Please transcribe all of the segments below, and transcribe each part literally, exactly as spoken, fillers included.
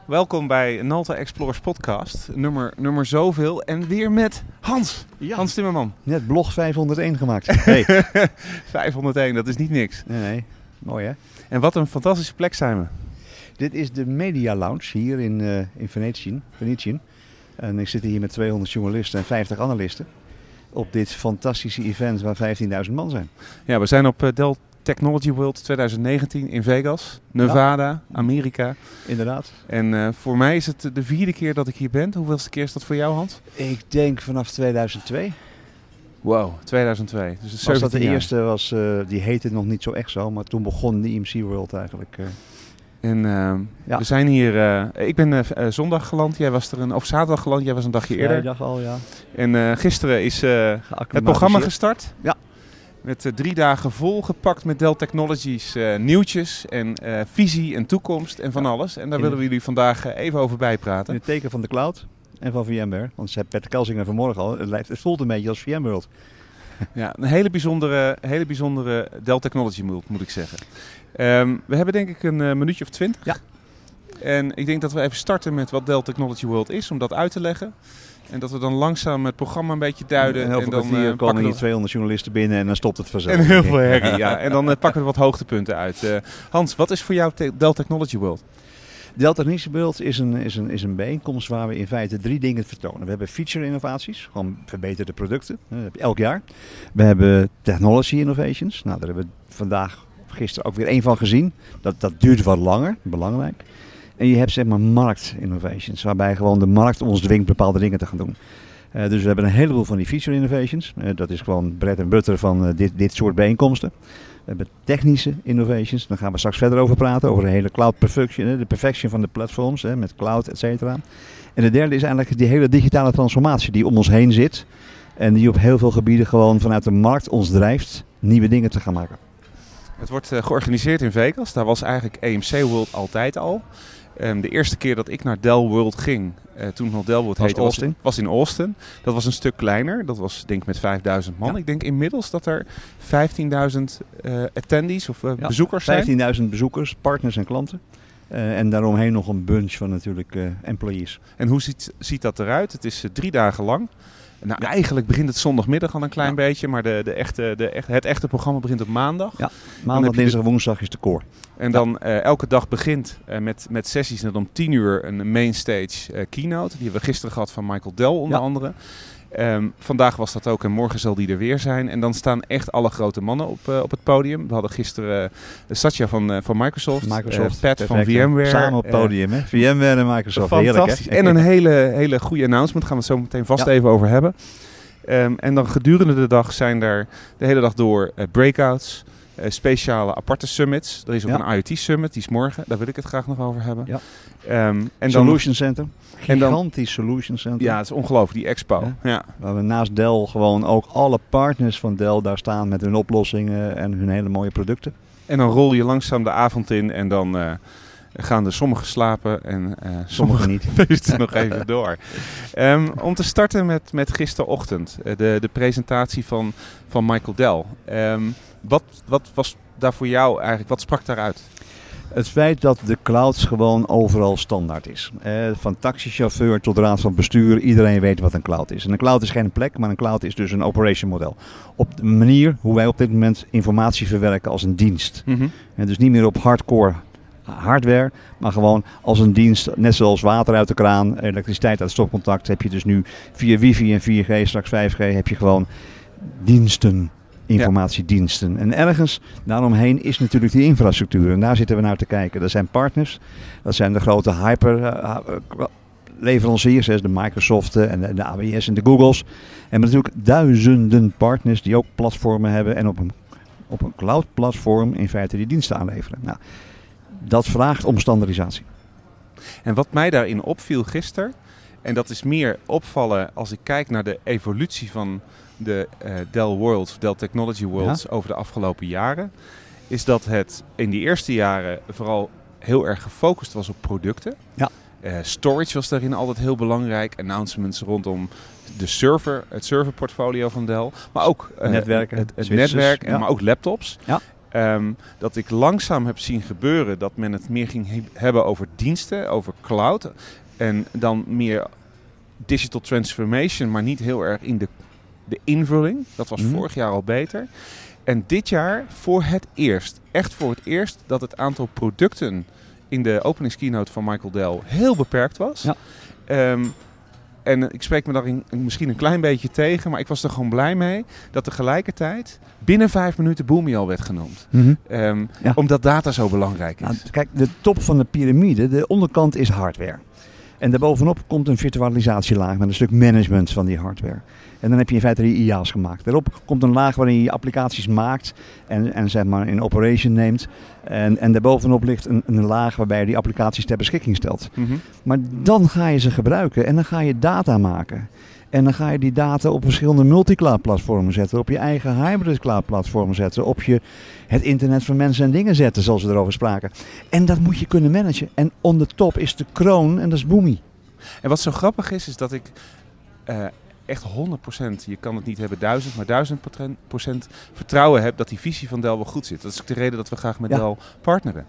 Welkom bij Nalta Explorers podcast, nummer, nummer zoveel en weer met Hans, Ja. Hans Timmerman. Net blog vijfhonderdéén gemaakt. Hey. vijfhonderdéén, dat is niet niks. Nee, nee, mooi hè. En wat een fantastische plek zijn we. Dit is de Media Lounge hier in, uh, in Venetië. Venetië. En ik zit hier met tweehonderd journalisten en vijftig analisten op dit fantastische event waar vijftienduizend man zijn. Ja, we zijn op uh, Dell Technology World twintig negentien in Vegas, Nevada, ja. Amerika. Inderdaad. En uh, voor mij is het de vierde keer dat ik hier ben. Hoeveelste keer is dat voor jou, Hans? Ik denk vanaf tweeduizend twee. Wow, tweeduizend twee. Dus was dat de jaar. eerste was, uh, die heette nog niet zo echt zo, maar toen begon de E M C World eigenlijk. Uh. En uh, ja. we zijn hier, uh, ik ben uh, zondag geland, jij was er een, of zaterdag geland, jij was een dagje eerder. Vrijdag al, ja. En uh, gisteren is uh, het programma gestart. Ja. Met uh, drie dagen volgepakt met Dell Technologies uh, nieuwtjes en uh, visie en toekomst en van ja. alles. En daar in willen we jullie vandaag uh, even over bijpraten. In het teken van de cloud en van VMware. Want ze hebben Peter Kelsinger vanmorgen al, het, lijkt, het voelt een beetje als VMworld. Ja, een hele bijzondere, hele bijzondere Dell Technology World, moet ik zeggen. Um, we hebben denk ik een uh, minuutje of twintig. Ja. En ik denk dat we even starten met wat Dell Technology World is, om dat uit te leggen. En dat we dan langzaam het programma een beetje duiden. En, en, en dan uh, komen hier tweehonderd journalisten binnen en dan stopt het vanzelf. En heel veel herrie, ja. En dan uh, pakken we wat hoogtepunten uit. Uh, Hans, wat is voor jou te- Dell Technology World? Dell Technology World is een, is, een, is een bijeenkomst waar we in feite drie dingen vertonen. We hebben feature innovaties, gewoon verbeterde producten, uh, elk jaar. We hebben technology innovations, nou daar hebben we vandaag, gisteren ook weer één van gezien. Dat, dat duurt wat langer, belangrijk. En je hebt zeg maar markt innovations, waarbij gewoon de markt ons dwingt bepaalde dingen te gaan doen. Uh, dus we hebben een heleboel van die feature innovations. Uh, dat is gewoon bread and butter van uh, dit, dit soort bijeenkomsten. We hebben technische innovations, daar gaan we straks verder over praten, over de hele cloud perfection, de perfection van de platforms, hè, met cloud, et cetera. En de derde is eigenlijk die hele digitale transformatie die om ons heen zit. En die op heel veel gebieden gewoon vanuit de markt ons drijft nieuwe dingen te gaan maken. Het wordt uh, georganiseerd in Vegas, daar was eigenlijk E M C World altijd al. Um, de eerste keer dat ik naar Dell World ging, uh, toen nog Dell World heette, was, was in Austin. Dat was een stuk kleiner. Dat was denk ik met vijfduizend man. Ja. Ik denk inmiddels dat er vijftienduizend uh, attendees of uh, ja, bezoekers zijn. vijftienduizend bezoekers, partners en klanten. Uh, en daaromheen nog een bunch van natuurlijk uh, employees. En hoe ziet, ziet dat eruit? Het is uh, drie dagen lang. Nou, ja. Eigenlijk begint het zondagmiddag al een klein ja. beetje, maar de, de echte, de echt, het echte programma begint op maandag. Ja, maandag, dinsdag, de... woensdag is de core. En dan uh, elke dag begint uh, met, met sessies net om tien uur een mainstage uh, keynote. Die hebben we gisteren gehad van Michael Dell onder ja. andere. Um, vandaag was dat ook en morgen zal die er weer zijn. En dan staan echt alle grote mannen op, uh, op het podium. We hadden gisteren uh, Satya van, uh, van Microsoft, Microsoft uh, Pat van VMware. Samen op het podium, uh, hè? VMware en Microsoft. Fantastisch. Heerlijk, en een hele, hele goede announcement. Gaan we het zo meteen vast ja. even over hebben. Um, en dan gedurende de dag zijn er de hele dag door uh, breakouts, uh, speciale aparte summits. Er is ook ja. een IoT summit, die is morgen. Daar wil ik het graag nog over hebben. Ja. Um, en Solution dan, Center. Gigantisch Solution Center. Ja, het is ongelooflijk, die expo. Ja. Ja. Waar we naast Dell gewoon ook alle partners van Dell daar staan met hun oplossingen en hun hele mooie producten. En dan rol je langzaam de avond in en dan uh, gaan er sommigen slapen en uh, sommigen niet. Feesten nog even door. Um, om te starten met, met gisterochtend, uh, de, de presentatie van, van Michael Dell. Um, wat, wat was daar voor jou eigenlijk, wat sprak daaruit? Het feit dat de cloud gewoon overal standaard is. Eh, van taxichauffeur tot raad van bestuur, iedereen weet wat een cloud is. En een cloud is geen plek, maar een cloud is dus een operation model. Op de manier hoe wij op dit moment informatie verwerken als een dienst. Mm-hmm. En dus niet meer op hardcore hardware, maar gewoon als een dienst, net zoals water uit de kraan, elektriciteit uit stopcontact, heb je dus nu via wifi en vier G, straks vijf G, heb je gewoon diensten. Informatiediensten. Ja. En ergens daaromheen is natuurlijk die infrastructuur. En daar zitten we naar te kijken. Dat zijn partners. Dat zijn de grote hyper uh, leveranciers. De Microsoft en de, de A W S en de Googles. En natuurlijk duizenden partners die ook platformen hebben. En op een, op een cloud platform in feite die diensten aanleveren. Nou, dat vraagt om standaardisatie. En wat mij daarin opviel gisteren. En dat is meer opvallen als ik kijk naar de evolutie van de uh, Dell World, Dell Technology Worlds ja. over de afgelopen jaren, is dat het in die eerste jaren vooral heel erg gefocust was op producten. Ja. Uh, storage was daarin altijd heel belangrijk. Announcements rondom de server, het serverportfolio van Dell. Maar ook uh, netwerken, het, het netwerk, ja. maar ook laptops. Ja. Um, dat ik langzaam heb zien gebeuren dat men het meer ging he- hebben over diensten, over cloud. En dan meer digital transformation, maar niet heel erg in de, de invulling. Dat was mm-hmm. vorig jaar al beter. En dit jaar voor het eerst, echt voor het eerst, dat het aantal producten in de openingskeynote van Michael Dell heel beperkt was. Ja. Um, en ik spreek me daarin misschien een klein beetje tegen, maar ik was er gewoon blij mee dat tegelijkertijd binnen vijf minuten Boomi al werd genoemd. Mm-hmm. Um, ja. Omdat data zo belangrijk is. Nou, kijk, de top van de piramide, de onderkant is hardware. En daarbovenop komt een virtualisatielaag met een stuk management van die hardware. En dan heb je in feite die I A's gemaakt. Daarop komt een laag waarin je applicaties maakt en, en zeg maar in operation neemt. En, en daarbovenop ligt een, een laag waarbij je die applicaties ter beschikking stelt. Mm-hmm. Maar dan ga je ze gebruiken en dan ga je data maken. En dan ga je die data op verschillende multicloud platformen zetten. Op je eigen hybrid cloud platformen zetten. Op je het internet van mensen en dingen zetten, zoals we erover spraken. En dat moet je kunnen managen. En on the top is de kroon en dat is Boomi. En wat zo grappig is, is dat ik uh, echt honderd procent, je kan het niet hebben duizend, maar duizend procent vertrouwen heb dat die visie van Dell wel goed zit. Dat is ook de reden dat we graag met ja. Dell partneren.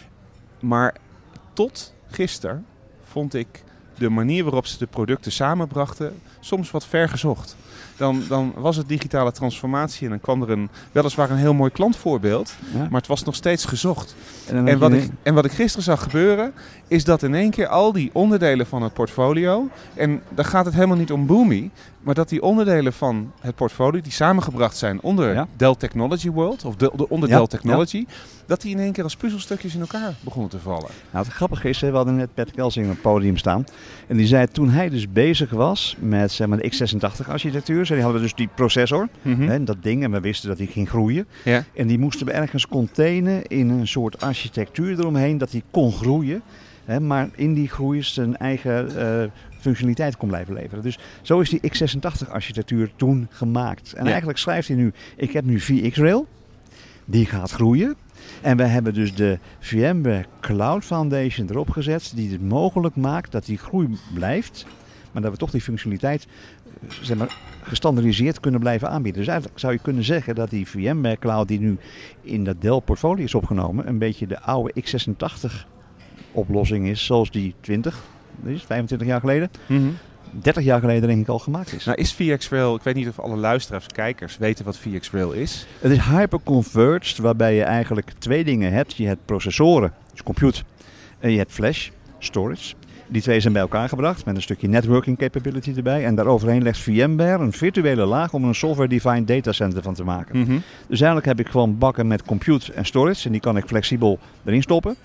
Maar tot gisteren vond ik de manier waarop ze de producten samenbrachten soms wat ver gezocht. Dan, dan was het digitale transformatie en dan kwam er een, weliswaar een heel mooi klantvoorbeeld, ja. maar het was nog steeds gezocht. En, en, wat ik, en wat ik gisteren zag gebeuren, is dat in één keer al die onderdelen van het portfolio, en daar gaat het helemaal niet om Boomi, maar dat die onderdelen van het portfolio die samengebracht zijn onder ja. Dell Technology World, of de, de, onder ja. Dell Technology, ja. dat die in één keer als puzzelstukjes in elkaar begonnen te vallen. Nou, het grappige is, we hadden net Pat Gelsinger op het podium staan. En die zei toen hij dus bezig was met zeg maar, de x zesentachtig architectuur. Die hadden dus die processor, mm-hmm. hè, dat ding. En we wisten dat die ging groeien. Ja. En die moesten we ergens containen in een soort architectuur eromheen. Dat die kon groeien. Hè, maar in die groei zijn eigen uh, functionaliteit kon blijven leveren. Dus zo is die x zesentachtig architectuur toen gemaakt. En ja. eigenlijk schrijft hij nu, ik heb nu V X-Rail. Die gaat groeien. En we hebben dus de VMware Cloud Foundation erop gezet die het mogelijk maakt dat die groei blijft. Maar dat we toch die functionaliteit zeg maar, gestandaardiseerd kunnen blijven aanbieden. Dus eigenlijk zou je kunnen zeggen dat die VMware Cloud die nu in dat Dell portfolio is opgenomen, een beetje de oude x zesentachtig oplossing is, zoals die twintig, vijfentwintig jaar geleden. Mm-hmm. dertig jaar geleden denk ik al gemaakt is. Nou is V X-Rail, ik weet niet of alle luisteraars, kijkers weten wat V X-Rail is. Het is hyperconverged, waarbij je eigenlijk twee dingen hebt. Je hebt processoren, dus compute, en je hebt flash, storage. Die twee zijn bij elkaar gebracht met een stukje networking capability erbij. En daaroverheen legt VMware een virtuele laag om er een software-defined datacenter van te maken. Mm-hmm. Dus eigenlijk heb ik gewoon bakken met compute en storage en die kan ik flexibel erin stoppen.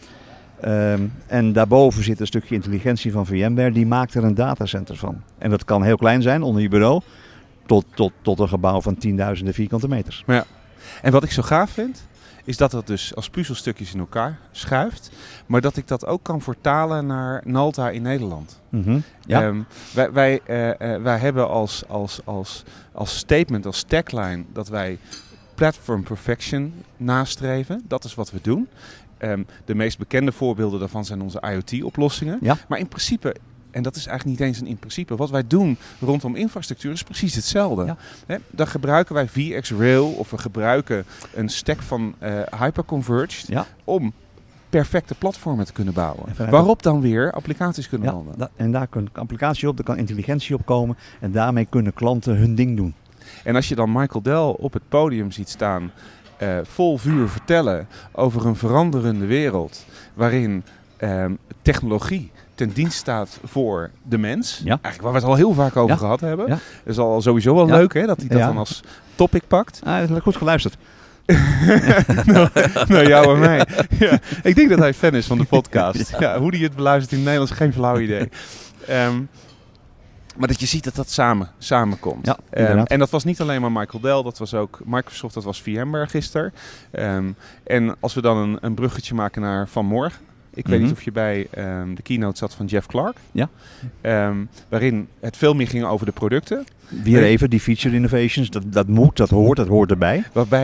Um, en daarboven zit een stukje intelligentie van VMware, die maakt er een datacenter van. En dat kan heel klein zijn, onder je bureau, tot, tot, tot een gebouw van tienduizenden vierkante meters. Ja. En wat ik zo gaaf vind, is dat dat dus als puzzelstukjes in elkaar schuift, maar dat ik dat ook kan vertalen naar Nalta in Nederland. Mm-hmm. Ja. Um, wij, wij, uh, uh, wij hebben als, als, als, als statement, als tagline, dat wij platform perfection nastreven. Dat is wat we doen. Um, de meest bekende voorbeelden daarvan zijn onze IoT-oplossingen. Ja. Maar in principe, en dat is eigenlijk niet eens een in principe, wat wij doen rondom infrastructuur is precies hetzelfde. Ja. He, dan gebruiken wij V X-Rail of we gebruiken een stack van uh, hyperconverged ja. om perfecte platformen te kunnen bouwen. Waarop dan weer applicaties kunnen ja, landen. Da- en daar kan applicatie op, daar kan intelligentie op komen en daarmee kunnen klanten hun ding doen. En als je dan Michael Dell op het podium ziet staan, Uh, vol vuur vertellen over een veranderende wereld waarin uh, technologie ten dienst staat voor de mens. Ja. Eigenlijk waar we het al heel vaak over ja. gehad hebben. Ja. Dat is al sowieso wel ja. leuk hè, dat hij dat ja. dan als topic pakt. Ah, dat is goed geluisterd. nou, nou, jou en mij. Ja, ik denk dat hij fan is van de podcast. Ja. Ja, hoe hij het beluistert in het Nederlands, geen flauw idee. Um, Maar dat je ziet dat dat samen, samenkomt. Ja, um, en dat was niet alleen maar Michael Dell, dat was ook Microsoft, dat was VMware gisteren. Um, en als we dan een, een bruggetje maken naar vanmorgen. Ik mm-hmm. weet niet of je bij um, de keynote zat van Jeff Clark. Ja. Um, waarin het veel meer ging over de producten. Weer even, die feature innovations, dat, dat moet, dat hoort, dat hoort erbij. Waarbij ik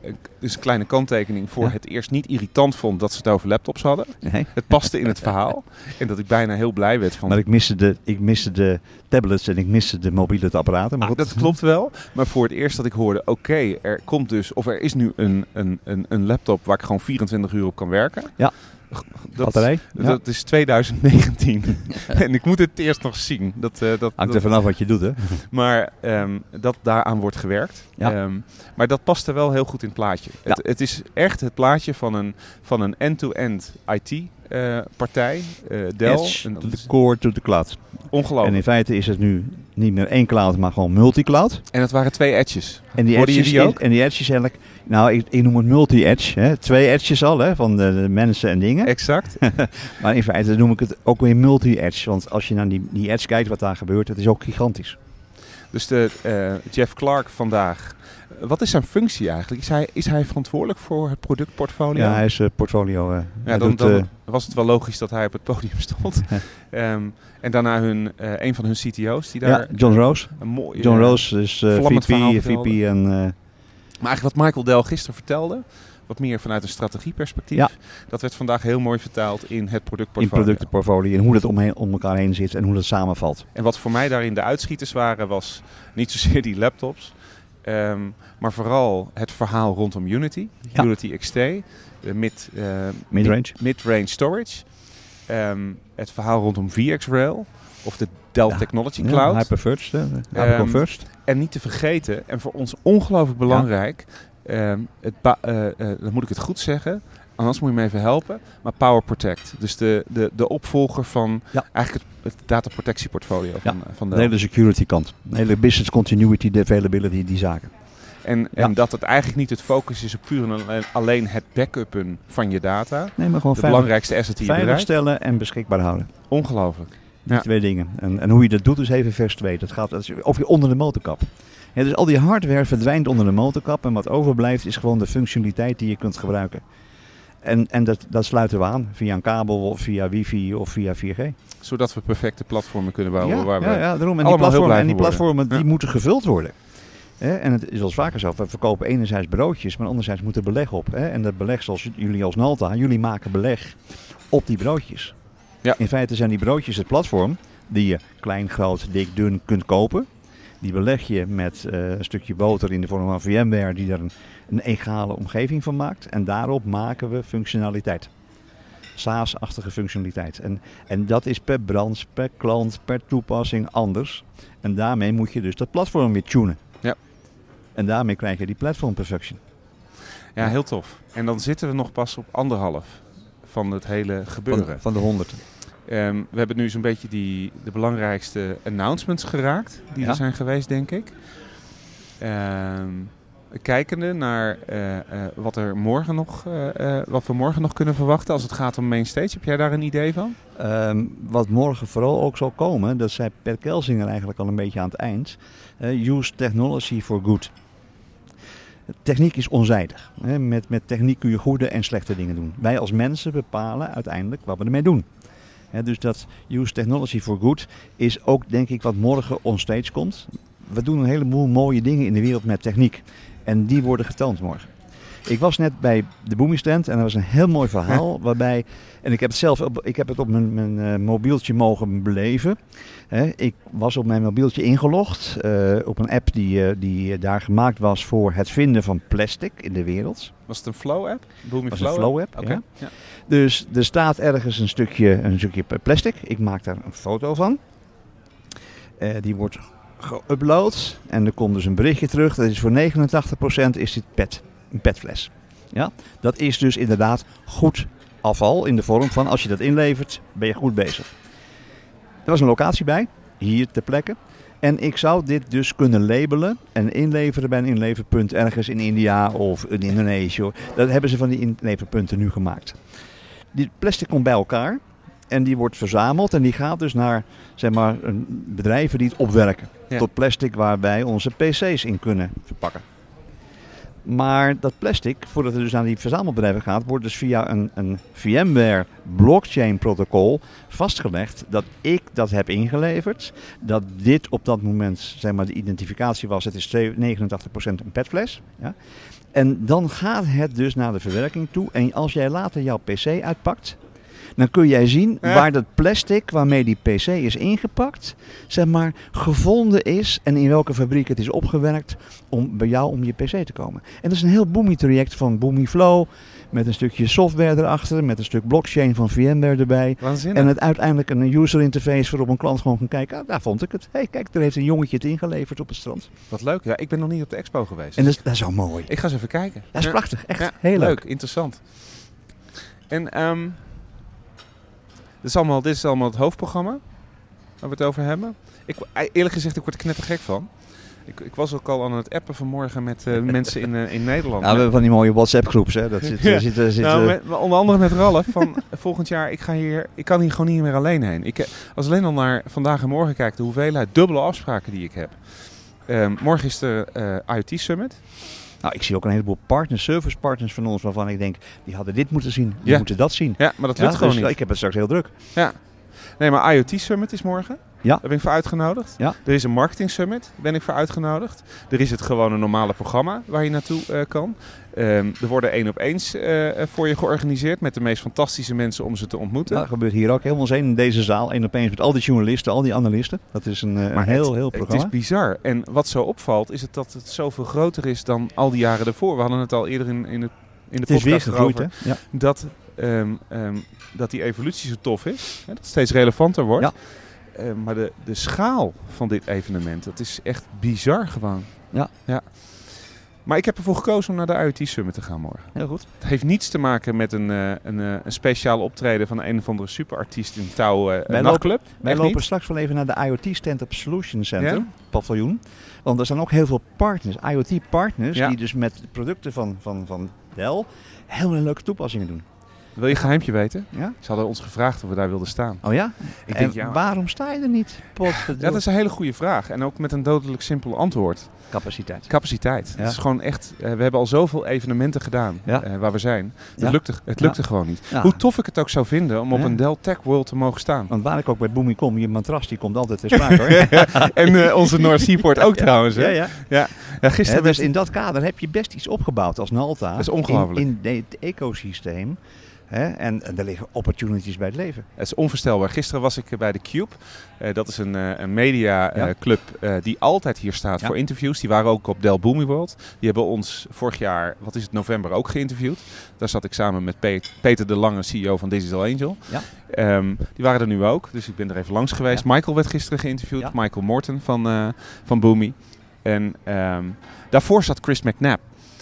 dus een kleine kanttekening voor ja. het eerst niet irritant vond dat ze het over laptops hadden. Nee. Het paste in het verhaal. En dat ik bijna heel blij werd van... Maar ik miste de, ik miste de tablets en ik miste de mobiele apparaten. Maar ah, dat klopt wel. Maar voor het eerst dat ik hoorde, oké, okay, er komt dus, of er is nu een, een, een, een laptop waar ik gewoon vierentwintig uur op kan werken. Ja. Dat, batterij. Ja. Dat is twintig negentien. En ik moet het eerst nog zien. Dat, uh, dat, Hangt er vanaf wat je doet, hè? Maar um, dat daaraan wordt gewerkt. Ja. Um, maar dat past er wel heel goed in het plaatje. Ja. Het, het is echt het plaatje van een, van een end-to-end I T uh, partij. Uh, Dell. Edge, to the core to the cloud. Ongelooflijk. En in feite is het nu niet meer één cloud, maar gewoon multi-cloud. En het waren twee edges. En die Hoorde edges, je die ook? En die edges eigenlijk... Nou, ik, ik noem het multi-edge. Hè. Twee edges al, hè, van de, de mensen en dingen. Exact. Maar in feite noem ik het ook weer multi-edge. Want als je naar die, die edge kijkt wat daar gebeurt, het is ook gigantisch. Dus de uh, Jeff Clarke vandaag... Wat is zijn functie eigenlijk? Is hij, is hij verantwoordelijk voor het productportfolio? Ja, hij is uh, portfolio. Uh, ja, dan, doet, dan uh, was het wel logisch dat hij op het podium stond. um, en daarna hun, uh, een van hun C T O's die daar... Ja, John Rose. Een mooie, John Rose is uh, V P, V P en... Uh, maar eigenlijk wat Michael Dell gisteren vertelde, wat meer vanuit een strategieperspectief, ja. dat werd vandaag heel mooi vertaald in het productportfolio. In productportfolio en hoe dat omheen, om elkaar heen zit en hoe dat samenvalt. En wat voor mij daarin de uitschieters waren, was niet zozeer die laptops, um, maar vooral het verhaal rondom Unity, ja. Unity X T, de mid, uh, mid-range. mid-range storage, um, het verhaal rondom V X Rail of de Dell ja. Technology Cloud. Ja, Hyperfirst. Uh, Hyperconverged. Um, en niet te vergeten, en voor ons ongelooflijk belangrijk, ja. um, het ba- uh, uh, dan moet ik het goed zeggen, anders moet je me even helpen, maar Power Protect. Dus de, de, de opvolger van ja. eigenlijk het, het dataprotectieportfolio van, ja. van de hele security kant. De hele business continuity, de availability, die zaken. En, ja. en dat het eigenlijk niet het focus is op puur en alleen het backuppen van je data. Nee, maar gewoon de veilig, belangrijkste asset die je veilig bedrijf. stellen en beschikbaar houden. Ongelooflijk. Die ja. twee dingen. En, en hoe je dat doet is even vers twee. Dat gaat of je onder de motorkap. Ja, dus al die hardware verdwijnt onder de motorkap. En wat overblijft is gewoon de functionaliteit die je kunt gebruiken. En, en dat, dat sluiten we aan via een kabel of via wifi of via vier G. Zodat we perfecte platformen kunnen bouwen. Ja, waar we ja, ja daarom. En die platformen, en die platformen die ja. moeten gevuld worden. He, en het is wel vaker zo. We verkopen enerzijds broodjes, maar anderzijds moet er beleg op. He, en dat beleg zoals jullie als Nalta, jullie maken beleg op die broodjes. Ja. In feite zijn die broodjes het platform die je klein, groot, dik, dun kunt kopen. Die beleg je met uh, een stukje boter in de vorm van VMware die er een, een egale omgeving van maakt. En daarop maken we functionaliteit. SaaS-achtige functionaliteit. En, en dat is per branche, per klant, per toepassing anders. En daarmee moet je dus dat platform weer tunen. Ja. En daarmee krijg je die platform perfection. Ja, heel tof. En dan zitten we nog pas op anderhalf van het hele gebeuren. Van, van de honderd. Um, we hebben nu zo'n beetje die, de belangrijkste announcements geraakt die ja. er zijn geweest, denk ik. Um, kijkende naar uh, uh, wat, er morgen nog, uh, uh, wat we morgen nog kunnen verwachten als het gaat om Mainstage. Heb jij daar een idee van? Um, wat morgen vooral ook zal komen, dat zei Per Kelsinger eigenlijk al een beetje aan het eind. Uh, use technology for good. Techniek is onzijdig. Hè. Met, met techniek kun je goede en slechte dingen doen. Wij als mensen bepalen uiteindelijk wat we ermee doen. He, dus dat use technology for good is ook denk ik wat morgen onstage komt. We doen een heleboel mooie dingen in de wereld met techniek. En die worden getoond morgen. Ik was net bij de Boomi stand en er was een heel mooi verhaal waarbij... En ik heb het zelf op, ik heb het op mijn, mijn uh, mobieltje mogen beleven. He, ik was op mijn mobieltje ingelogd uh, op een app die, uh, die uh, daar gemaakt was voor het vinden van plastic in de wereld. Was het een Flow app? Boomi was Flow een Flow app, okay. ja. ja. Dus er staat ergens een stukje, een stukje plastic. Ik maak daar een foto van. Uh, die wordt geüpload en er komt dus een berichtje terug. Dat is voor negenentachtig procent is dit pet, een petfles. Ja? Dat is dus inderdaad goed afval in de vorm van als je dat inlevert ben je goed bezig. Er was een locatie bij, hier ter plekke. En ik zou dit dus kunnen labelen en inleveren bij een inleverpunt ergens in India of in Indonesië. Dat hebben ze van die inleverpunten nu gemaakt. Die plastic komt bij elkaar en die wordt verzameld en die gaat dus naar zeg maar, bedrijven die het opwerken. Ja. Tot plastic waar wij onze pc's in kunnen verpakken. Maar dat plastic, voordat het dus naar die verzamelbedrijven gaat, wordt dus via een, een VMware blockchain protocol vastgelegd dat ik dat heb ingeleverd. Dat dit op dat moment, zeg maar, de identificatie was. Het is negenentachtig procent een petfles. Ja. En dan gaat het dus naar de verwerking toe. En als jij later jouw pc uitpakt, dan kun jij zien ja. waar dat plastic waarmee die pc is ingepakt, zeg maar, gevonden is en in welke fabriek het is opgewerkt om bij jou om je pc te komen. En dat is een heel Boomi traject van Boomi Flow, met een stukje software erachter, met een stuk blockchain van VMware erbij. Waanzinnig. En het uiteindelijk een user interface waarop een klant gewoon kan kijken, ah, daar vond ik het. Hé, hey, kijk, er heeft een jongetje het ingeleverd op het strand. Wat leuk. Ja, ik ben nog niet op de expo geweest. En dat is, dat is zo mooi. Ik ga eens even kijken. Dat is ja. prachtig, echt ja, heel leuk. leuk. Interessant. En um, dit, is allemaal, dit is allemaal het hoofdprogramma waar we het over hebben. Ik, eerlijk gezegd, ik word er knettergek van. Ik, ik was ook al aan het appen vanmorgen met uh, mensen in, uh, in Nederland. Nou, we hebben van die mooie WhatsApp-groeps, hè. Dat zit, ja. zit, zit, zit, nou, met, onder andere met Ralf van volgend jaar, ik, ga hier, ik kan hier gewoon niet meer alleen heen. Ik, als alleen al naar vandaag en morgen kijk, de hoeveelheid dubbele afspraken die ik heb. Um, morgen is de uh, IoT Summit. Nou, ik zie ook een heleboel partners, service partners van ons, waarvan ik denk, die hadden dit moeten zien, die ja. moeten dat zien. Ja, maar dat lukt ja, gewoon dus, niet. Ik heb het straks heel druk. Ja. Nee, maar IoT Summit is morgen. Ja. Daar ben ik voor uitgenodigd. Ja. Er is een Marketing Summit, daar ben ik voor uitgenodigd. Er is het gewone normale programma waar je naartoe uh, kan. Um, er worden één op eens uh, voor je georganiseerd met de meest fantastische mensen om ze te ontmoeten. Ja, dat gebeurt hier ook helemaal eens in deze zaal. één op eens met al die journalisten, al die analisten. Dat is een, een heel, het, heel programma. Het is bizar. En wat zo opvalt is het dat het zoveel groter is dan al die jaren daarvoor. We hadden het al eerder in, in, het, in de het podcast gegroeid, over. Ja. Dat, um, um, dat die evolutie zo tof is. Hè, dat het steeds relevanter wordt. Ja. Uh, maar de, de schaal van dit evenement, dat is echt bizar gewoon. Ja. ja. Maar ik heb ervoor gekozen om naar de IoT Summit te gaan morgen. Heel goed. Het heeft niets te maken met een, uh, een, uh, een speciaal optreden van een of andere superartiest in Touw uh, wij nachtclub. Lopen, wij Echt lopen niet. straks wel even naar de IoT Stand-Up Solution Center, ja? paviljoen. Want er zijn ook heel veel partners, IoT-partners, ja. die dus met producten van, van, van Dell heel leuke toepassingen doen. Wil je een geheimtje weten? Ja? Ze hadden ons gevraagd of we daar wilden staan. Oh ja? Ik en denk, ja, waarom sta je er niet? Pot, ja, dat is een hele goede vraag. En ook met een dodelijk simpel antwoord. Capaciteit. Capaciteit. Ja. Het is gewoon echt, uh, we hebben al zoveel evenementen gedaan ja. uh, waar we zijn. Het ja. lukte, het lukte ja. gewoon niet. Ja. Hoe tof ik het ook zou vinden om op ja. een Dell Tech World te mogen staan. Want waar ik ook bij Boomi kom, je matras die komt altijd ter sprake hoor. En uh, onze North Seaport ook ja. trouwens. Hè? Ja, ja. ja. ja gisteren He, dus in dat kader heb je best iets opgebouwd als Nalta. Dat is ongelooflijk. In, in het ecosysteem. He, en, en er liggen opportunities bij het leven. Het is onvoorstelbaar. Gisteren was ik bij de Cube. Uh, dat is een, uh, een mediaclub uh, uh, die altijd hier staat ja. voor interviews. Die waren ook op Dell Boomi World. Die hebben ons vorig jaar, wat is het, november ook geïnterviewd. Daar zat ik samen met Pe- Peter de Lange, C E O van Digital Angel. Ja. Um, die waren er nu ook, dus ik ben er even langs geweest. Ja. Michael werd gisteren geïnterviewd. Ja. Michael Morton van, uh, van Boomi. En um, daarvoor zat Chris McNabb.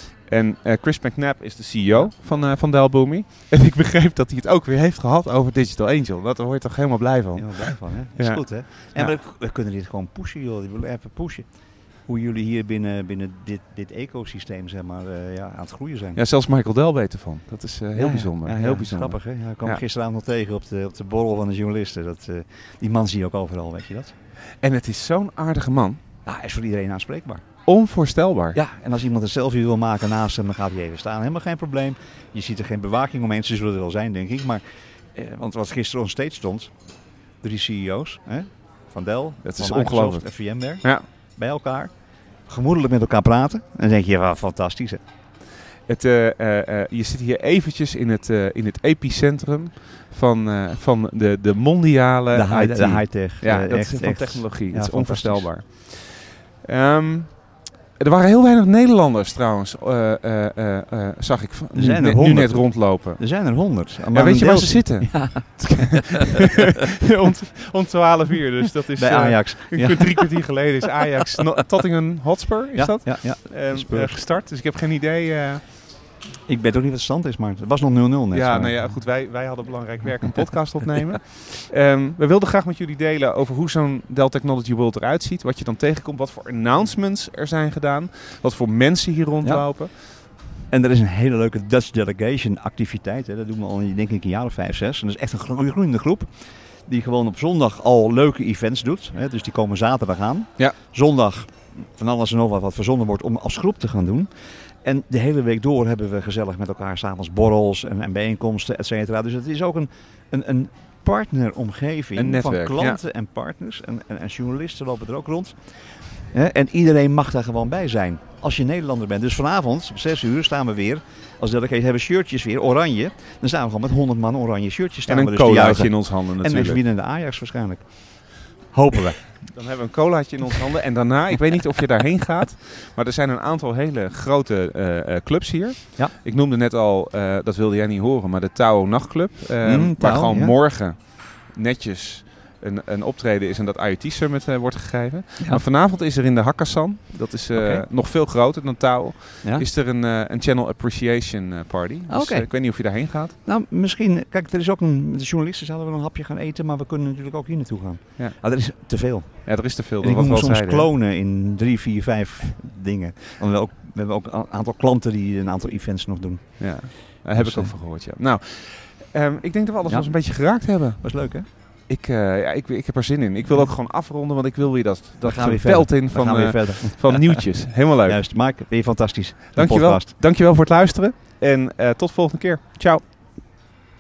En uh, Chris McNabb is de C E O van, uh, van Dell Boomi. En ik begreep dat hij het ook weer heeft gehad over Digital Angel. Daar word je toch helemaal blij van. Helemaal blij van, hè? Dat is ja. goed, hè? En ja. we, we kunnen dit gewoon pushen, joh. We willen even pushen. Hoe jullie hier binnen, binnen dit, dit ecosysteem, zeg maar, uh, ja, aan het groeien zijn. Ja, zelfs Michael Dell weet ervan. Dat is uh, heel ja, bijzonder. Ja, heel ja, bijzonder. Grappig, hè? Ja, ik kwam ja. gisteravond nog tegen op de, op de borrel van de journalisten. Dat, uh, die man zie je ook overal, weet je dat? En het is zo'n aardige man. Nou, hij is voor iedereen aanspreekbaar. Onvoorstelbaar. Ja, en als iemand een selfie wil maken naast hem, dan gaat hij even staan. Helemaal geen probleem. Je ziet er geen bewaking omheen. Ze zullen er wel zijn, denk ik. Maar, eh, want wat gisteren on stage stond, drie C E O's hè, van Dell, dat van is Microsoft ongelooflijk. en VMware, ja. bij elkaar, gemoedelijk met elkaar praten. En dan denk je, ja, fantastisch hè. Het, uh, uh, uh, je zit hier eventjes in het, uh, in het epicentrum van, uh, van de, de mondiale de high, I T. De high-tech. Ja, uh, dat echt, is van echt, technologie. ja, dat is onvoorstelbaar. Um, er waren heel weinig Nederlanders trouwens, uh, uh, uh, uh, zag ik nu, er net, nu net rondlopen. Er zijn er honderd. Ja, weet je waar ze zitten? Ja. om, om twaalf uur, dus dat is... Bij uh, Ajax. Ja. Drie kwartier geleden is Ajax, no, Tottenham Hotspur, is ja, dat? Ja, ja. Um, uh, gestart, dus ik heb geen idee... Uh, Ik weet ook niet wat de stand is, maar het was nog nul nul net. Ja, maar. nou ja, goed, wij, wij hadden belangrijk werk een podcast opnemen. Um, we wilden graag met jullie delen over hoe zo'n Dell Technology World eruit ziet. Wat je dan tegenkomt, wat voor announcements er zijn gedaan. Wat voor mensen hier rondlopen. Ja. En er is een hele leuke Dutch Delegation activiteit. Hè. Dat doen we al denk ik een jaar of vijf, zes. En dat is echt een groeiende groep. Die gewoon op zondag al leuke events doet. Hè. Dus die komen zaterdag aan. Ja. Zondag van alles en nog wat wat verzonnen wordt om als groep te gaan doen. En de hele week door hebben we gezellig met elkaar 's avonds borrels en, en bijeenkomsten, et cetera. Dus het is ook een, een, een partneromgeving een netwerk, van klanten ja. en partners. En, en, en journalisten lopen er ook rond. He, en iedereen mag daar gewoon bij zijn. Als je Nederlander bent. Dus vanavond, om zes uur, staan we weer. Als delegate hebben shirtjes weer, oranje. Dan staan we gewoon met honderd man oranje shirtjes. Staan En een we dus colaatje in ons handen natuurlijk. En een winnende Ajax waarschijnlijk. Hopen we. Dan hebben we een colaatje in onze handen. En daarna, ik weet niet of je daarheen gaat. Maar er zijn een aantal hele grote uh, uh, clubs hier. Ja. Ik noemde net al, uh, dat wilde jij niet horen, maar de Tao Nachtclub. Uh, Mm, waar Tao, gewoon ja. morgen netjes een, een optreden is en dat I O T Summit uh, wordt gegeven. Ja. Maar vanavond is er in de Hakkasan, dat is uh, Okay. nog veel groter dan Tao, Ja? is er een, uh, een Channel Appreciation uh, Party. Dus Oké. uh, ik weet niet of je daarheen gaat. Nou, misschien. Kijk, er is ook een. De journalisten zouden wel een hapje gaan eten, maar we kunnen natuurlijk ook hier naartoe gaan. Ja. Ah, er is te veel. Ja, er is te veel. En ik wat moet we me al soms zeiden. klonen in drie, vier, vijf dingen. Want we, ook, we hebben ook een aantal klanten die een aantal events nog doen. Ja, daar heb Dus, ik ook uh, van gehoord. Ja. Nou, um, ik denk dat we alles Ja. wel eens een beetje geraakt hebben. Was leuk, hè? Ik, uh, ja, ik, ik heb er zin in. Ik wil ook gewoon afronden, want ik wil weer dat, dat gaan weer veld verder. in We gaan van, weer uh, verder. van nieuwtjes. Helemaal leuk. Juist, Mark, ben je fantastisch. De Dankjewel. podcast. Dankjewel voor het luisteren. En uh, tot de volgende keer. Ciao.